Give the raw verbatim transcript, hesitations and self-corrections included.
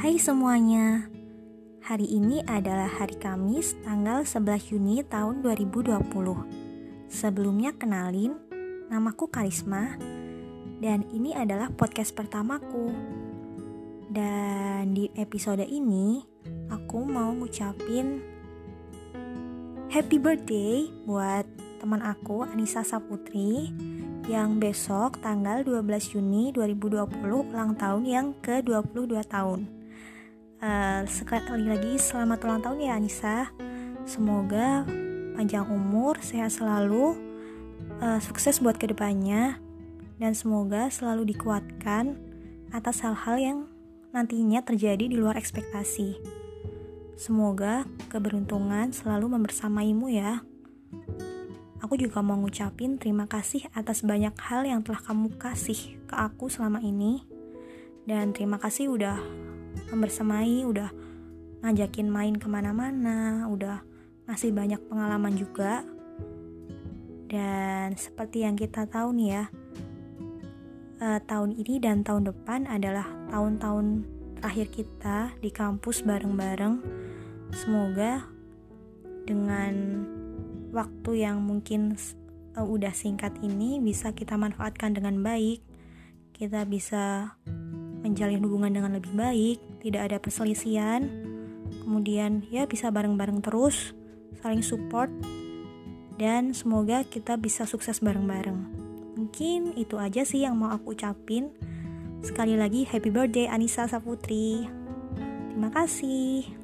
Hai semuanya, hari ini adalah hari Kamis tanggal sebelas Juni tahun dua ribu dua puluh. Sebelumnya kenalin, namaku Karisma dan ini adalah podcast pertamaku. Dan di episode ini aku mau ngucapin happy birthday buat teman aku Anissa Saputri yang besok tanggal dua belas Juni dua ribu dua puluh ulang tahun yang ke dua puluh dua tahun. Uh, sekali lagi selamat ulang tahun ya Anissa. Semoga panjang umur, sehat selalu, uh, sukses buat kedepannya, dan semoga selalu dikuatkan atas hal-hal yang nantinya terjadi di luar ekspektasi. Semoga keberuntungan selalu membersamaimu ya. Aku juga mau ngucapin terima kasih atas banyak hal yang telah kamu kasih ke aku selama ini. Dan terima kasih udah membersamai, udah ngajakin main kemana-mana, udah ngasih banyak pengalaman juga. Dan seperti yang kita tahu nih ya, eh, tahun ini dan tahun depan adalah tahun-tahun terakhir kita di kampus bareng-bareng. Semoga dengan waktu yang mungkin uh, udah singkat ini bisa kita manfaatkan dengan baik. Kita bisa menjalin hubungan dengan lebih baik, tidak ada perselisihan. Kemudian ya bisa bareng-bareng terus, saling support, dan semoga kita bisa sukses bareng-bareng. Mungkin itu aja sih yang mau aku ucapin. Sekali lagi happy birthday Anissa Saputri. Terima kasih.